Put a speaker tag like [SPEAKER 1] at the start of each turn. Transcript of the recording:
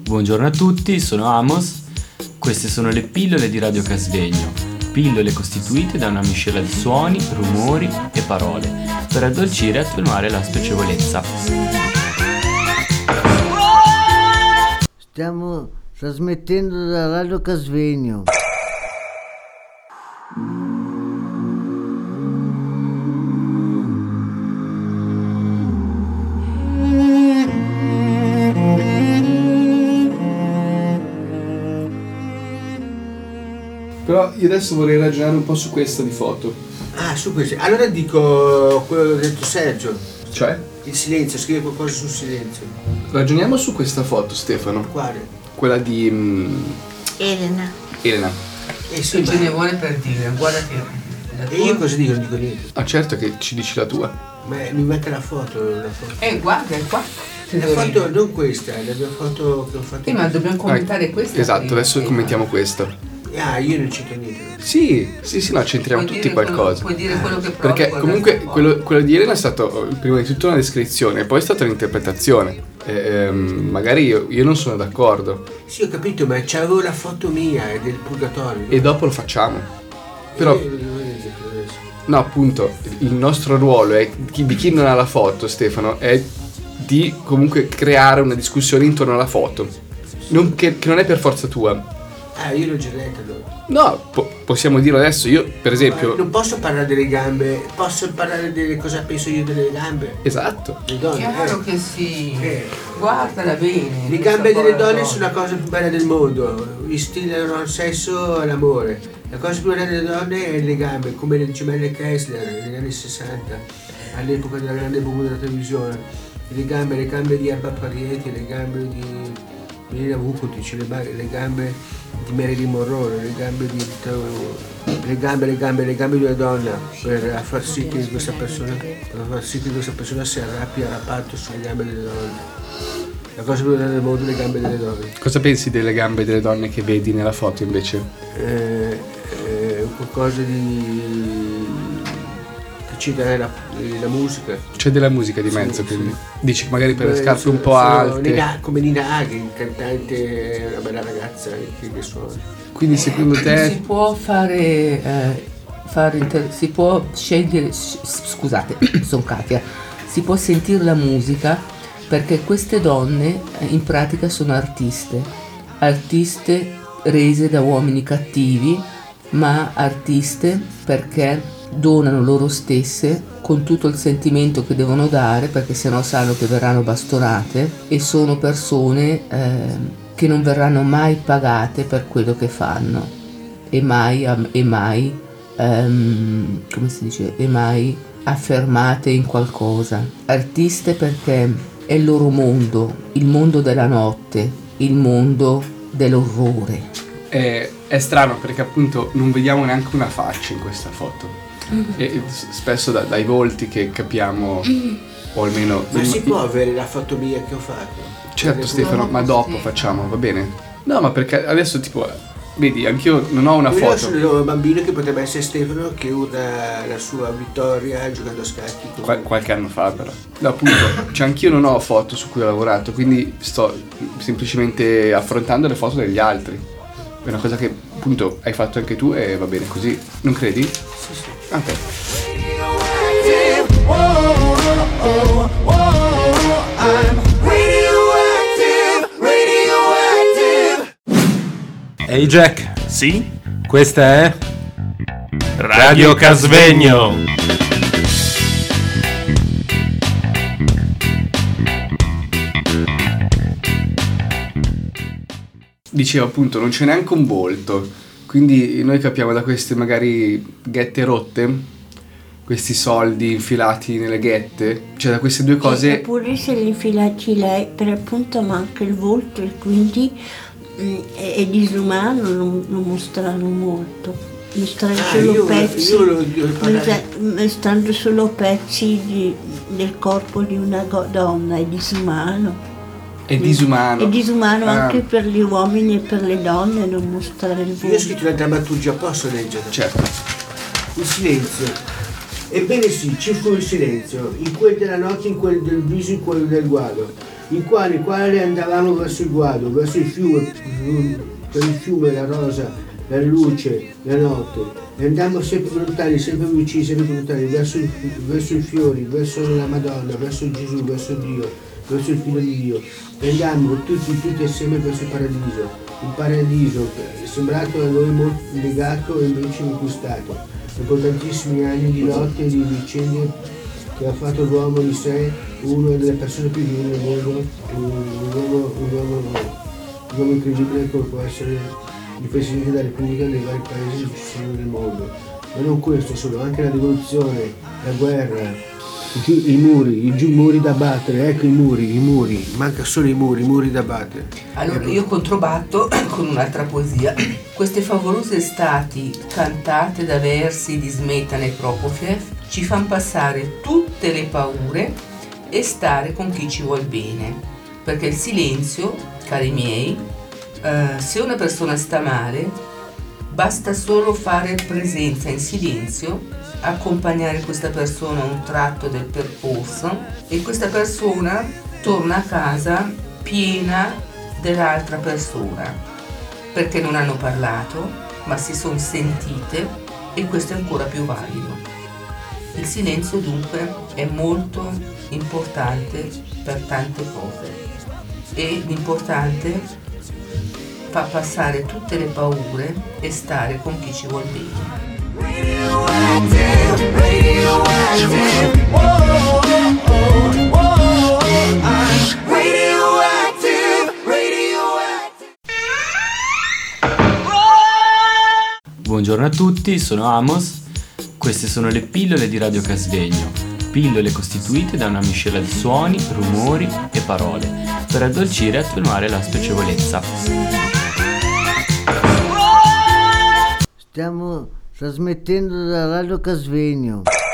[SPEAKER 1] Buongiorno a tutti, sono Amos. Queste sono le pillole di Radio Casvegno. Pillole costituite da una miscela di suoni, rumori e parole per addolcire e attenuare la spiacevolezza.
[SPEAKER 2] Stiamo trasmettendo da Radio Casvegno.
[SPEAKER 3] Però io adesso vorrei ragionare un po' su questa di foto.
[SPEAKER 4] Ah, su questo. Allora dico quello che ha detto Sergio.
[SPEAKER 3] Cioè?
[SPEAKER 4] Il silenzio, scrive qualcosa sul silenzio.
[SPEAKER 3] Ragioniamo su questa foto, Stefano.
[SPEAKER 4] Quale?
[SPEAKER 3] Quella di
[SPEAKER 5] Elena.
[SPEAKER 3] Elena.
[SPEAKER 4] Sì,
[SPEAKER 6] Ce ne vuole per dire, guarda che la
[SPEAKER 4] E io cosa dico? Non dico niente.
[SPEAKER 3] Ah, certo che ci dici la tua.
[SPEAKER 4] Ma mi mette la foto.
[SPEAKER 6] guarda, è qua.
[SPEAKER 4] La foto non questa, la mia foto che ho fatto.
[SPEAKER 6] Ma dobbiamo commentare questa.
[SPEAKER 3] Esatto,
[SPEAKER 6] prima.
[SPEAKER 3] adesso commentiamo questa.
[SPEAKER 4] Ah, io non c'entro niente.
[SPEAKER 3] Sì, no, c'entriamo
[SPEAKER 6] Puoi
[SPEAKER 3] tutti
[SPEAKER 6] dire
[SPEAKER 3] qualcosa.
[SPEAKER 6] Puoi dire quello che provi.
[SPEAKER 3] Perché comunque quello di Elena è stato prima di tutto una descrizione, poi è stata un'interpretazione. Magari io non sono d'accordo.
[SPEAKER 4] Sì, ho capito, ma c'avevo la foto mia del purgatorio.
[SPEAKER 3] E dopo lo facciamo. Però, no, appunto, il nostro ruolo è di chi non ha la foto, Stefano, è di comunque creare una discussione intorno alla foto. Che non è per forza tua.
[SPEAKER 4] Ah, io l'ho già detto allora.
[SPEAKER 3] No, possiamo dirlo adesso. Io, per esempio.
[SPEAKER 4] Non posso parlare delle gambe, posso parlare delle cosa penso io delle gambe.
[SPEAKER 3] Esatto.
[SPEAKER 4] Le donne.
[SPEAKER 6] Chiaro che sì. Guardala bene.
[SPEAKER 4] Le gambe delle donne sono la cosa più bella del mondo. Istilano al sesso e all'amore. La cosa più bella delle donne è le gambe, come le gemelle Kessler negli anni 60, all'epoca della grande boom della televisione. Le gambe di Erba Parieti, le gambe di Milena Vukotic, le gambe di Marilyn Monroe, le gambe di una donna per far sì che questa persona si arrappi arrappato sulle gambe delle donne. La cosa più bella del mondo, le gambe delle donne.
[SPEAKER 3] Cosa pensi delle gambe delle donne che vedi nella foto invece?
[SPEAKER 4] Qualcosa di che c'è la musica.
[SPEAKER 3] C'è della musica di mezzo,
[SPEAKER 4] Sì,
[SPEAKER 3] quindi
[SPEAKER 4] sì.
[SPEAKER 3] dici magari per le scarpe un po' alte.
[SPEAKER 4] Come Nina Hagen, cantante, una bella ragazza che suona.
[SPEAKER 3] Quindi secondo
[SPEAKER 6] Si
[SPEAKER 3] te
[SPEAKER 6] può si può scegliere, scusate, sono Katia, si può sentire la musica perché queste donne in pratica sono artiste rese da uomini cattivi, ma artiste perché donano loro stesse con tutto il sentimento che devono dare, perché sennò sanno che verranno bastonate, e sono persone che non verranno mai pagate per quello che fanno e mai come si dice, e mai affermate in qualcosa. Artiste perché è il loro mondo, il mondo della notte, il mondo dell'orrore.
[SPEAKER 3] è strano perché appunto non vediamo neanche una faccia in questa foto. E spesso dai volti che capiamo, o almeno.
[SPEAKER 4] Ma si può avere la foto mia che ho fatto?
[SPEAKER 3] Certo Stefano, ma dopo facciamo, va bene? No, ma perché adesso tipo, vedi, anch'io non ho una
[SPEAKER 4] Io
[SPEAKER 3] foto.
[SPEAKER 4] sono un bambino che potrebbe essere Stefano che urla la sua vittoria giocando a scacchi.
[SPEAKER 3] Qualche anno fa però. No, appunto, cioè anch'io non ho foto su cui ho lavorato, quindi sto semplicemente affrontando le foto degli altri. È una cosa che appunto hai fatto anche tu e va bene così, non credi?
[SPEAKER 4] Sì, sì.
[SPEAKER 3] Ok.
[SPEAKER 1] Ehi Jack,
[SPEAKER 7] Sì?
[SPEAKER 1] questa è Radio Casvegno.
[SPEAKER 3] Dicevo appunto, non c'è neanche un volto, quindi noi capiamo da queste magari ghette rotte, questi soldi infilati nelle ghette, cioè da queste due cose.
[SPEAKER 5] Eppure se li infilati lei, per appunto manca il volto e quindi è disumano non mostrarlo molto. Mostrare solo pezzi, mostrando solo pezzi del corpo di una donna è disumano.
[SPEAKER 3] È disumano.
[SPEAKER 5] È disumano anche per gli uomini e per le donne non mostrare il volto.
[SPEAKER 4] Io ho scritto una drammaturgia, posso leggere?
[SPEAKER 3] Certo.
[SPEAKER 4] Il silenzio. Ebbene sì, ci fu il silenzio, in quel della notte, in quel del viso, in quello del guado. in quale andavamo verso il guado, verso il fiume, per il fiume, la rosa, la luce, la notte. E andammo sempre lontani, sempre vicini, sempre lontani, verso i fiori, verso la Madonna, verso Gesù, verso Dio, verso il Figlio di Dio. E andammo tutti assieme verso il paradiso. Un paradiso è sembrato a noi molto legato e invece inquistato. Dopo tantissimi anni di lotte e di vicende che ha fatto l'uomo di sé una delle persone più vive del mondo, un uomo incredibile come può essere il Presidente della Repubblica dei vari paesi che ci sono nel mondo. Ma non questo solo, anche la rivoluzione, la guerra, i muri da battere, ecco i muri, manca solo i muri da battere.
[SPEAKER 6] Allora io controbatto con un'altra poesia. Queste favolose estati cantate da versi di Smetana e Prokofiev ci fanno passare tutte le paure e stare con chi ci vuol bene, perché il silenzio, cari miei, se una persona sta male, basta solo fare presenza in silenzio, accompagnare questa persona a un tratto del percorso e questa persona torna a casa piena dell'altra persona, perché non hanno parlato, ma si sono sentite, e questo è ancora più valido. Il silenzio dunque è molto importante per tante cose e l'importante fa passare tutte le paure e stare con chi ci vuol bene.
[SPEAKER 1] Buongiorno a tutti, sono Amos. Queste sono le pillole di Radio Casvegno. Pillole costituite da una miscela di suoni, rumori e parole per addolcire e attenuare la spiacevolezza.
[SPEAKER 2] Stiamo trasmettendo da Radio Casvegno.